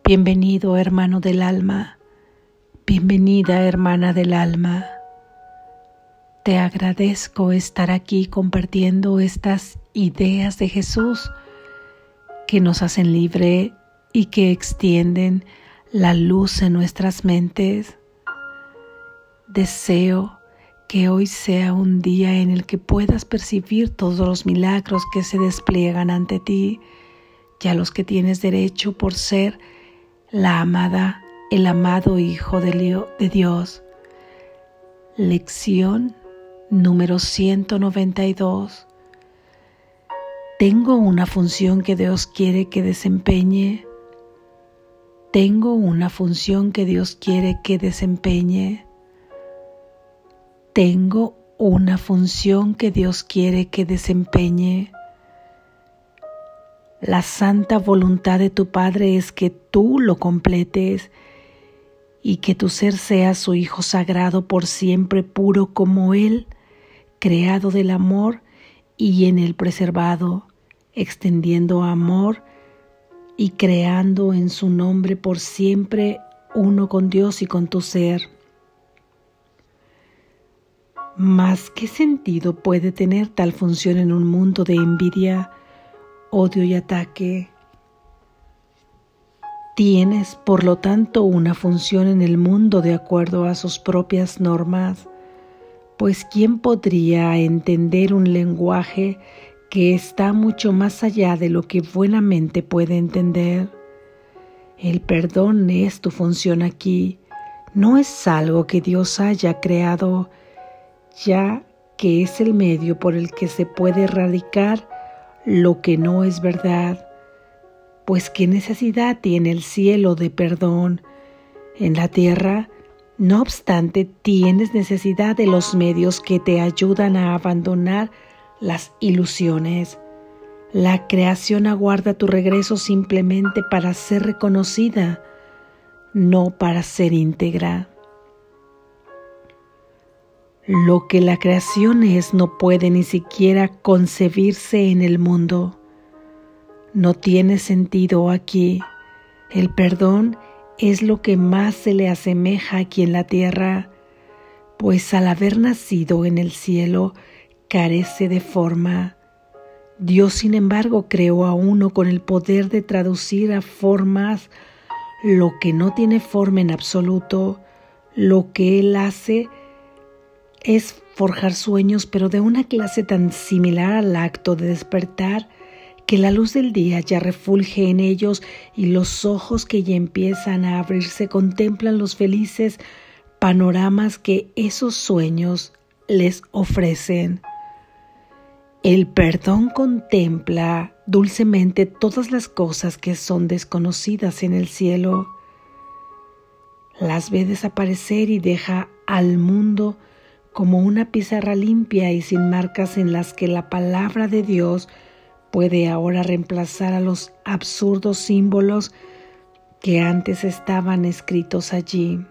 Bienvenido, hermano del alma. Bienvenida, hermana del alma. Te agradezco estar aquí compartiendo estas ideas de Jesús que nos hacen libre y que extienden la luz en nuestras mentes. Deseo que hoy sea un día en el que puedas percibir todos los milagros que se despliegan ante ti, ya los que tienes derecho por ser la amada, el amado Hijo de Dios. Lección número 192. Tengo una función que Dios quiere que desempeñe. Tengo una función que Dios quiere que desempeñe. Tengo una función que Dios quiere que desempeñe. La santa voluntad de tu Padre es que tú lo completes y que tu ser sea su Hijo sagrado por siempre, puro como Él, creado del amor y en Él preservado, extendiendo amor y creando en su nombre por siempre uno con Dios y con tu ser. Mas, ¿qué sentido puede tener tal función en un mundo de envidia, odio y ataque? Tienes, por lo tanto, una función en el mundo de acuerdo a sus propias normas, pues ¿quién podría entender un lenguaje que está mucho más allá de lo que buenamente puede entender? El perdón es tu función aquí, no es algo que Dios haya creado, ya que es el medio por el que se puede erradicar lo que no es verdad, pues ¿qué necesidad tiene el cielo de perdón? En la tierra, no obstante, tienes necesidad de los medios que te ayudan a abandonar las ilusiones. La creación aguarda tu regreso simplemente para ser reconocida, no para ser íntegra. Lo que la creación es no puede ni siquiera concebirse en el mundo. No tiene sentido aquí. El perdón es lo que más se le asemeja aquí en la tierra, pues al haber nacido en el cielo carece de forma. Dios, sin embargo, creó a uno con el poder de traducir a formas lo que no tiene forma en absoluto. Lo que Él hace es forjar sueños, pero de una clase tan similar al acto de despertar que la luz del día ya refulge en ellos y los ojos que ya empiezan a abrirse contemplan los felices panoramas que esos sueños les ofrecen. El perdón contempla dulcemente todas las cosas que son desconocidas en el cielo. Las ve desaparecer y deja al mundo como una pizarra limpia y sin marcas en las que la palabra de Dios puede ahora reemplazar a los absurdos símbolos que antes estaban escritos allí.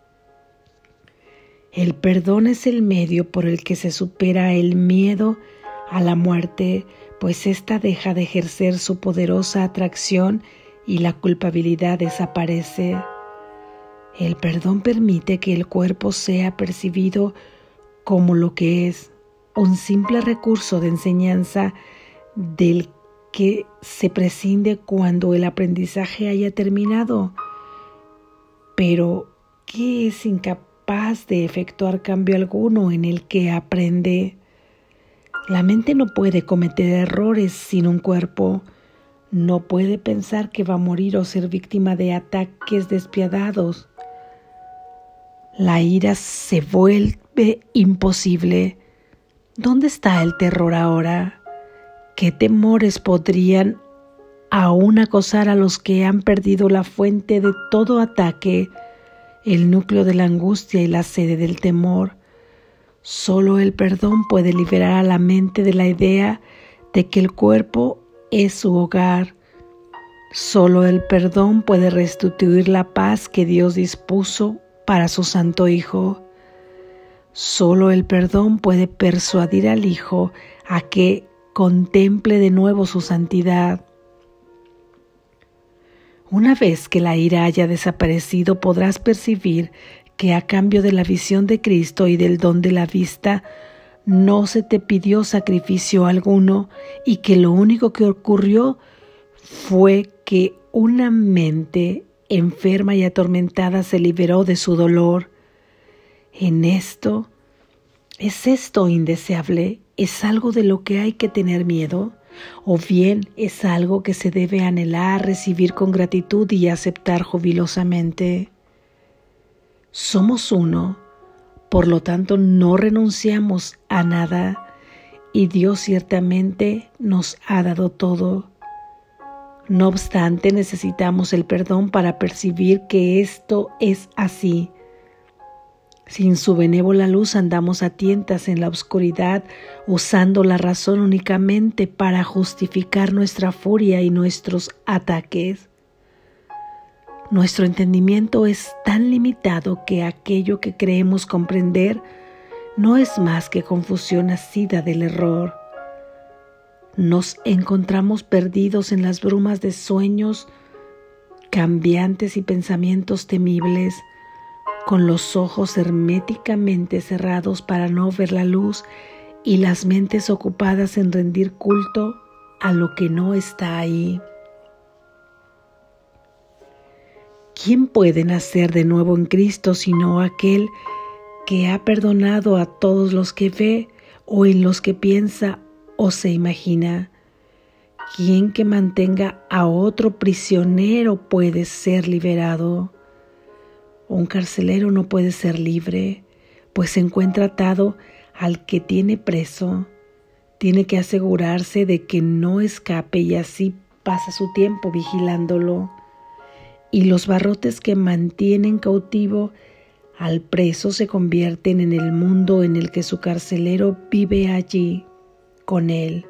El perdón es el medio por el que se supera el miedo a la muerte, pues ésta deja de ejercer su poderosa atracción y la culpabilidad desaparece. El perdón permite que el cuerpo sea percibido como lo que es, un simple recurso de enseñanza del que se prescinde cuando el aprendizaje haya terminado, pero que es incapaz de efectuar cambio alguno en el que aprende. La mente no puede cometer errores sin un cuerpo, no puede pensar que va a morir o ser víctima de ataques despiadados. La ira se vuelve imposible. ¿Dónde está el terror ahora? ¿Qué temores podrían aún acosar a los que han perdido la fuente de todo ataque, el núcleo de la angustia y la sede del temor? Solo el perdón puede liberar a la mente de la idea de que el cuerpo es su hogar. Solo el perdón puede restituir la paz que Dios dispuso para su Santo Hijo. Solo el perdón puede persuadir al Hijo a que contemple de nuevo su santidad. Una vez que la ira haya desaparecido, podrás percibir que a cambio de la visión de Cristo y del don de la vista, no se te pidió sacrificio alguno y que lo único que ocurrió fue que una mente enferma y atormentada se liberó de su dolor. ¿Es esto indeseable? ¿Es algo de lo que hay que tener miedo? ¿O bien es algo que se debe anhelar, recibir con gratitud y aceptar jubilosamente? Somos uno, por lo tanto no renunciamos a nada y Dios ciertamente nos ha dado todo. No obstante, necesitamos el perdón para percibir que esto es así. Sin su benévola luz andamos a tientas en la oscuridad, usando la razón únicamente para justificar nuestra furia y nuestros ataques. Nuestro entendimiento es tan limitado que aquello que creemos comprender no es más que confusión nacida del error. Nos encontramos perdidos en las brumas de sueños cambiantes y pensamientos temibles, con los ojos herméticamente cerrados para no ver la luz y las mentes ocupadas en rendir culto a lo que no está ahí. ¿Quién puede nacer de nuevo en Cristo sino aquel que ha perdonado a todos los que ve o en los que piensa o se imagina? ¿Quién que mantenga a otro prisionero puede ser liberado? Un carcelero no puede ser libre, pues se encuentra atado al que tiene preso. Tiene que asegurarse de que no escape y así pasa su tiempo vigilándolo. Y los barrotes que mantienen cautivo al preso se convierten en el mundo en el que su carcelero vive allí con él.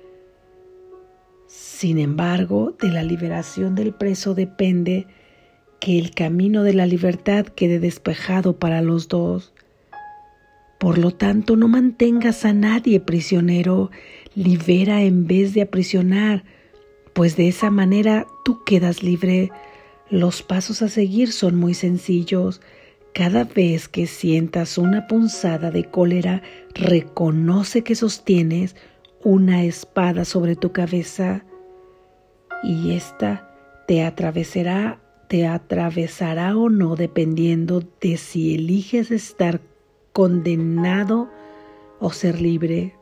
Sin embargo, de la liberación del preso depende que el camino de la libertad quede despejado para los dos. Por lo tanto, no mantengas a nadie prisionero, libera en vez de aprisionar, pues de esa manera tú quedas libre. Los pasos a seguir son muy sencillos. Cada vez que sientas una punzada de cólera, reconoce que sostienes una espada sobre tu cabeza y ésta te atravesará o no, dependiendo de si eliges estar condenado o ser libre.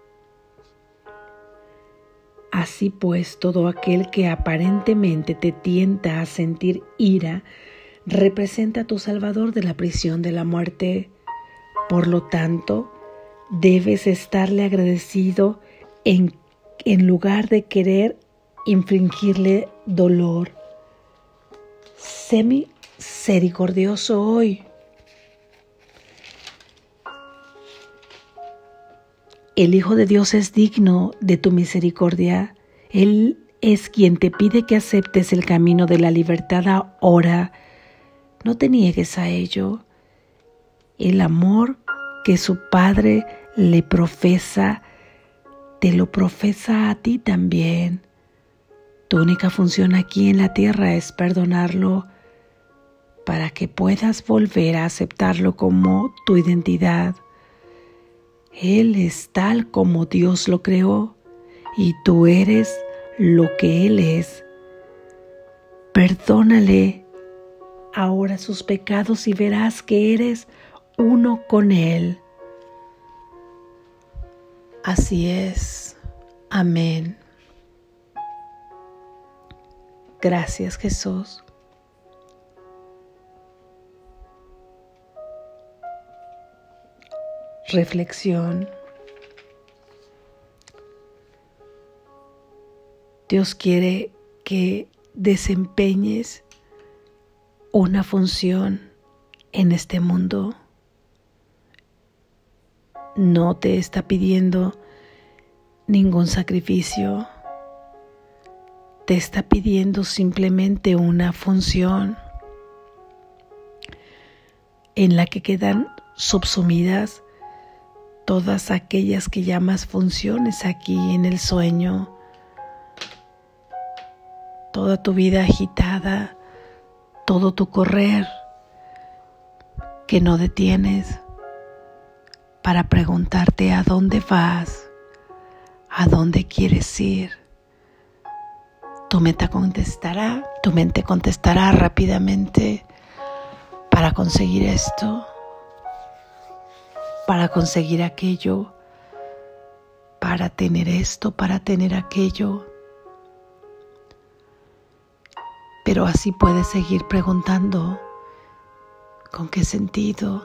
Así pues, todo aquel que aparentemente te tienta a sentir ira representa a tu Salvador de la prisión de la muerte. Por lo tanto, debes estarle agradecido en lugar de querer infligirle dolor. Sé misericordioso hoy. El Hijo de Dios es digno de tu misericordia. Él es quien te pide que aceptes el camino de la libertad ahora. No te niegues a ello. El amor que su Padre le profesa, te lo profesa a ti también. Tu única función aquí en la tierra es perdonarlo para que puedas volver a aceptarlo como tu identidad. Él es tal como Dios lo creó y tú eres lo que Él es. Perdónale ahora sus pecados y verás que eres uno con Él. Así es. Amén. Gracias, Jesús. Reflexión. Dios quiere que desempeñes una función en este mundo. No te está pidiendo ningún sacrificio. Te está pidiendo simplemente una función en la que quedan subsumidas todas aquellas que llamas funciones aquí en el sueño. toda tu vida agitada, todo tu correr que no detienes para preguntarte a dónde vas, a dónde quieres ir. Tu mente contestará rápidamente para conseguir esto, para conseguir aquello, para tener esto, para tener aquello. Pero así puedes seguir preguntando, ¿con qué sentido?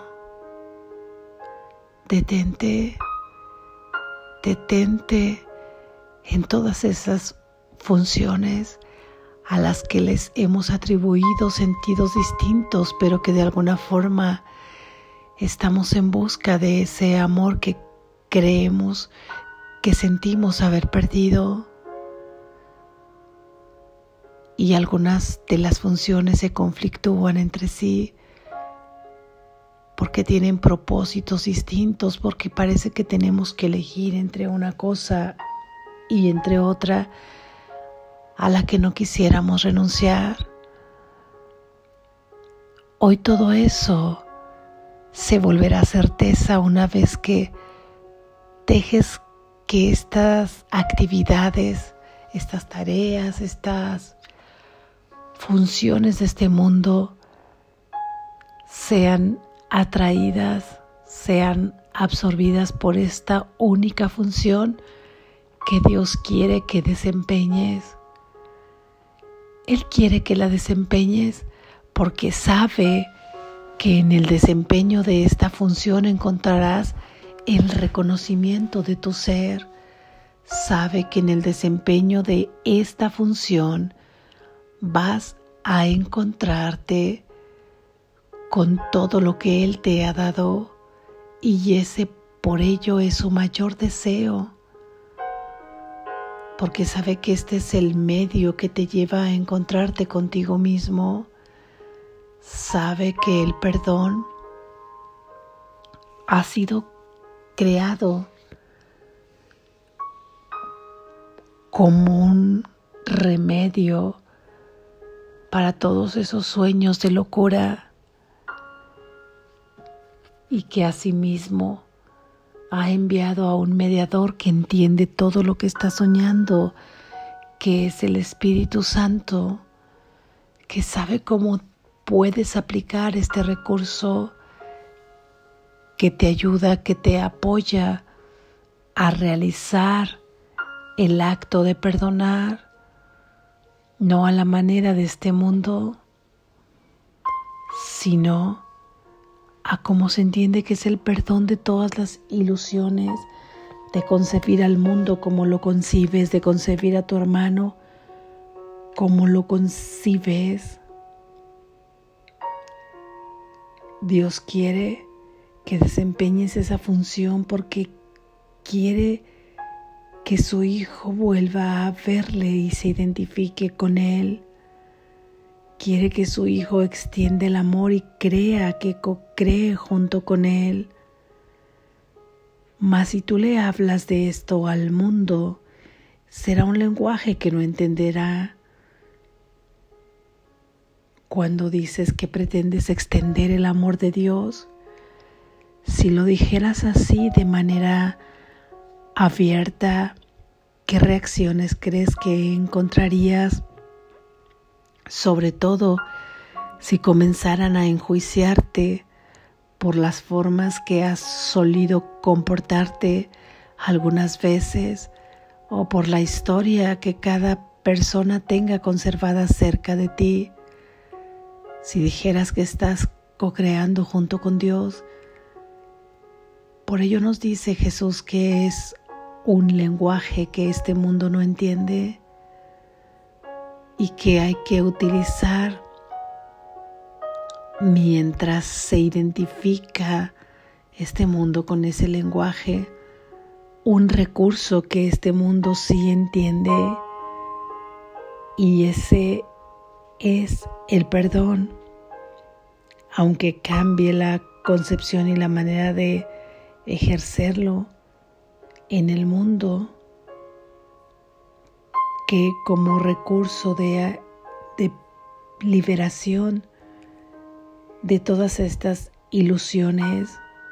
Detente en todas esas funciones a las que les hemos atribuido sentidos distintos, pero que de alguna forma estamos en busca de ese amor que creemos, que sentimos haber perdido. Y algunas de las funciones se conflictúan entre sí porque tienen propósitos distintos, porque parece que tenemos que elegir entre una cosa y entre otra a la que no quisiéramos renunciar. Hoy todo eso se volverá certeza una vez que dejes que estas actividades, estas tareas, estas funciones de este mundo sean atraídas, sean absorbidas por esta única función que Dios quiere que desempeñes. Él quiere que la desempeñes porque sabe que en el desempeño de esta función encontrarás el reconocimiento de tu ser. Sabe que en el desempeño de esta función vas a encontrarte con todo lo que Él te ha dado, y ese por ello es su mayor deseo, porque sabe que este es el medio que te lleva a encontrarte contigo mismo. Sabe que el perdón ha sido creado como un remedio para todos esos sueños de locura, y que asimismo ha enviado a un mediador que entiende todo lo que estás soñando, que es el Espíritu Santo, que sabe cómo puedes aplicar este recurso, que te ayuda, que te apoya a realizar el acto de perdonar, no a la manera de este mundo, sino a cómo se entiende que es el perdón de todas las ilusiones, de concebir al mundo como lo concibes, de concebir a tu hermano como lo concibes. Dios quiere que desempeñes esa función porque quiere que su Hijo vuelva a verle y se identifique con Él. Quiere que su Hijo extienda el amor y crea que co-cree junto con Él. Mas si tú le hablas de esto al mundo, será un lenguaje que no entenderá. Cuando dices que pretendes extender el amor de Dios, si lo dijeras así de manera abierta, ¿qué reacciones crees que encontrarías? Sobre todo si comenzaran a enjuiciarte por las formas que has solido comportarte algunas veces, o por la historia que cada persona tenga conservada acerca de ti. Si dijeras que estás co-creando junto con Dios, por ello nos dice Jesús que es un lenguaje que este mundo no entiende y que hay que utilizar mientras se identifica este mundo con ese lenguaje, un recurso que este mundo sí entiende, y ese es el perdón. Aunque cambie la concepción y la manera de ejercerlo en el mundo, que como recurso de liberación de todas estas ilusiones,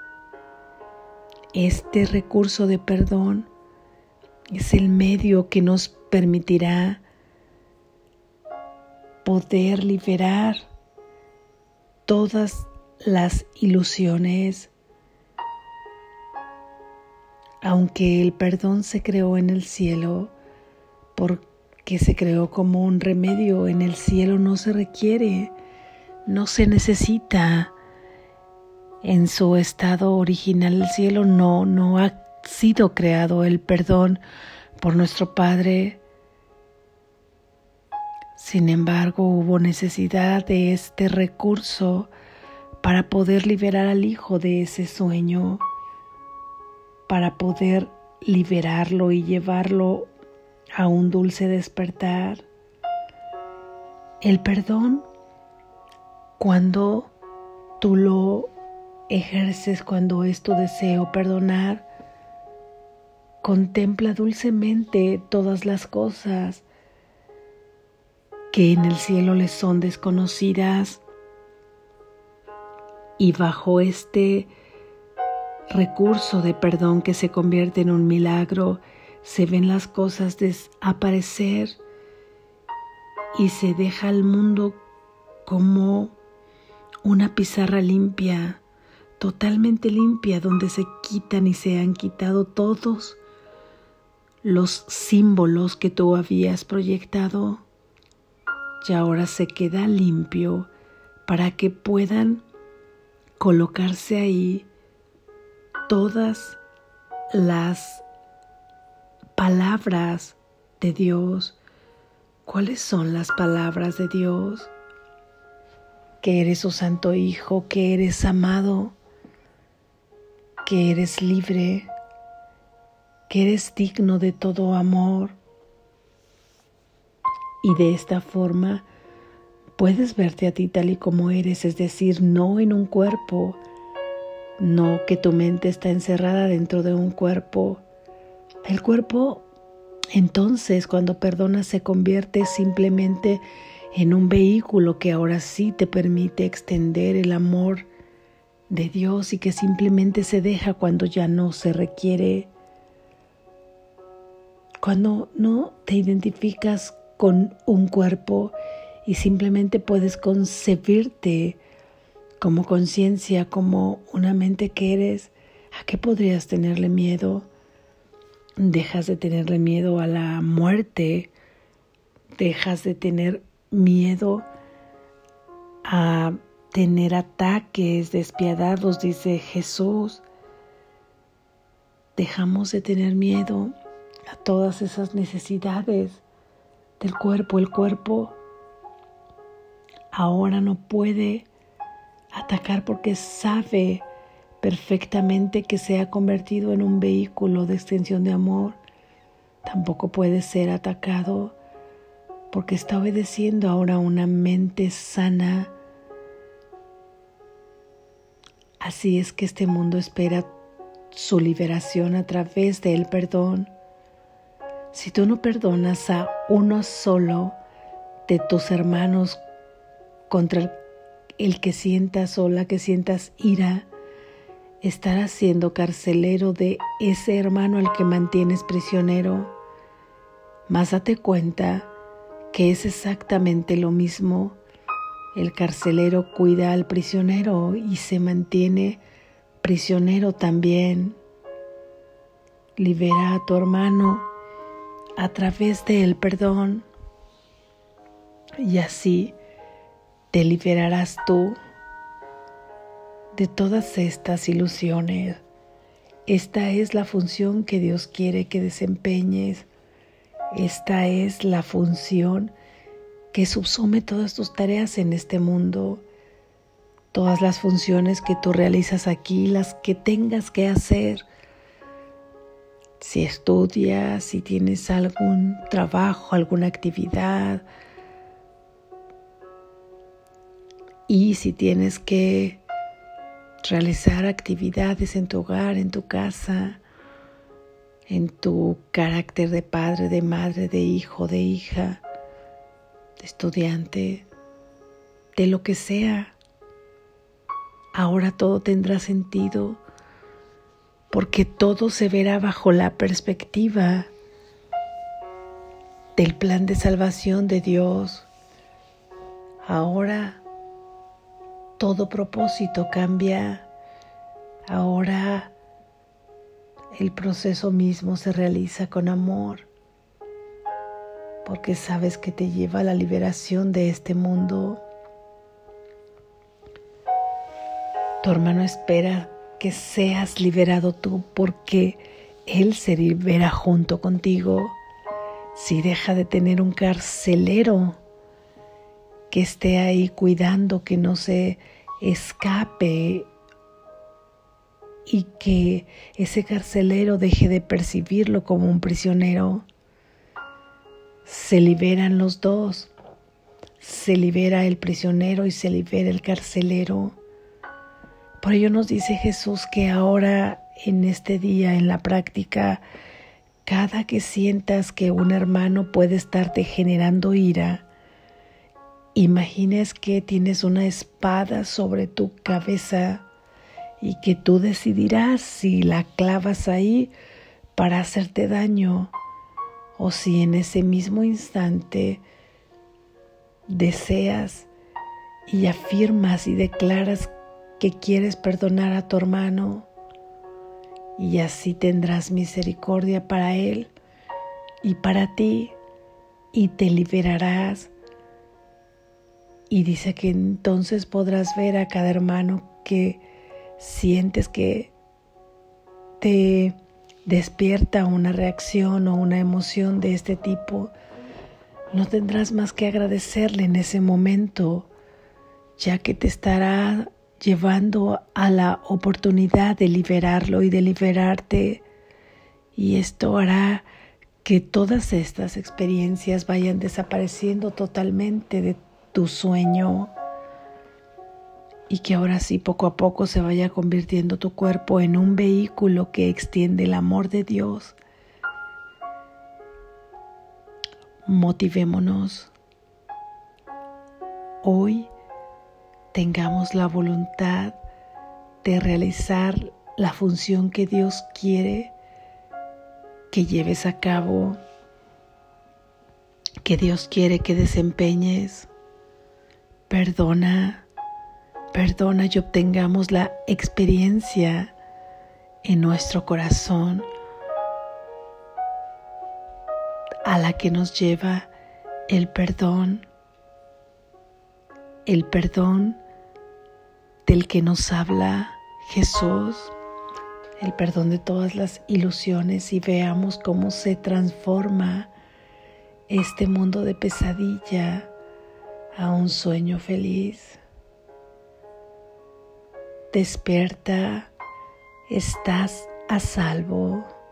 este recurso de perdón es el medio que nos permitirá poder liberar todas las ilusiones. Aunque el perdón se creó en el cielo, porque se creó como un remedio, en el cielo no se requiere, no se necesita. En su estado original el cielo no ha sido creado el perdón por nuestro Padre. Sin embargo, hubo necesidad de este recurso para poder liberar al Hijo de ese sueño, para poder liberarlo y llevarlo a un dulce despertar. El perdón, cuando tú lo ejerces, cuando es tu deseo perdonar, contempla dulcemente todas las cosas que en el cielo les son desconocidas, y bajo este recurso de perdón que se convierte en un milagro, se ven las cosas desaparecer y se deja al mundo como una pizarra limpia, totalmente limpia, donde se quitan y se han quitado todos los símbolos que tú habías proyectado. Y ahora se queda limpio para que puedan colocarse ahí todas las palabras de Dios. ¿Cuáles son las palabras de Dios? Que eres su santo Hijo, que eres amado, que eres libre, que eres digno de todo amor. Y de esta forma puedes verte a ti tal y como eres, es decir, no en un cuerpo, no que tu mente está encerrada dentro de un cuerpo. El cuerpo, entonces, cuando perdonas, se convierte simplemente en un vehículo que ahora sí te permite extender el amor de Dios y que simplemente se deja cuando ya no se requiere. Cuando no te identificas con un cuerpo y simplemente puedes concebirte como conciencia, como una mente que eres, ¿a qué podrías tenerle miedo? Dejas de tenerle miedo a la muerte, dejas de tener miedo a tener ataques despiadados, dice Jesús. Dejamos de tener miedo a todas esas necesidades del cuerpo. El cuerpo ahora no puede atacar porque sabe perfectamente que se ha convertido en un vehículo de extensión de amor. Tampoco puede ser atacado porque está obedeciendo ahora una mente sana. Así es que este mundo espera su liberación a través del perdón. Si tú no perdonas a uno solo de tus hermanos contra el que sientas o la que sientas ira, estarás siendo carcelero de ese hermano al que mantienes prisionero. Mas date cuenta que es exactamente lo mismo. El carcelero cuida al prisionero y se mantiene prisionero también. Libera a tu hermano a través del perdón y así te liberarás tú de todas estas ilusiones. Esta es la función que Dios quiere que desempeñes. Esta es la función que subsume todas tus tareas en este mundo. Todas las funciones que tú realizas aquí, las que tengas que hacer. Si estudias, si tienes algún trabajo, alguna actividad, y si tienes que realizar actividades en tu hogar, en tu casa, en tu carácter de padre, de madre, de hijo, de hija, de estudiante, de lo que sea. Ahora todo tendrá sentido porque todo se verá bajo la perspectiva del plan de salvación de Dios. Ahora todo propósito cambia. Ahora el proceso mismo se realiza con amor, porque sabes que te lleva a la liberación de este mundo. Tu hermano espera que seas liberado tú, porque Él se libera junto contigo. Si deja de tener un carcelero que esté ahí cuidando que no se escape y que ese carcelero deje de percibirlo como un prisionero, se liberan los dos. Se libera el prisionero y se libera el carcelero. Por ello nos dice Jesús que ahora, en este día, en la práctica, cada que sientas que un hermano puede estarte generando ira, imagines que tienes una espada sobre tu cabeza y que tú decidirás si la clavas ahí para hacerte daño o si en ese mismo instante deseas y afirmas y declaras que quieres perdonar a tu hermano, y así tendrás misericordia para él y para ti y te liberarás. Y dice que entonces podrás ver a cada hermano que sientes que te despierta una reacción o una emoción de este tipo. No tendrás más que agradecerle en ese momento, ya que te estará llevando a la oportunidad de liberarlo y de liberarte. Y esto hará que todas estas experiencias vayan desapareciendo totalmente de tu sueño y que ahora sí poco a poco se vaya convirtiendo tu cuerpo en un vehículo que extiende el amor de Dios. Motivémonos. Hoy tengamos la voluntad de realizar la función que Dios quiere que lleves a cabo, que Dios quiere que desempeñes. Perdona y obtengamos la experiencia en nuestro corazón a la que nos lleva el perdón del que nos habla Jesús, el perdón de todas las ilusiones, y veamos cómo se transforma este mundo de pesadilla a un sueño feliz. Despierta, estás a salvo.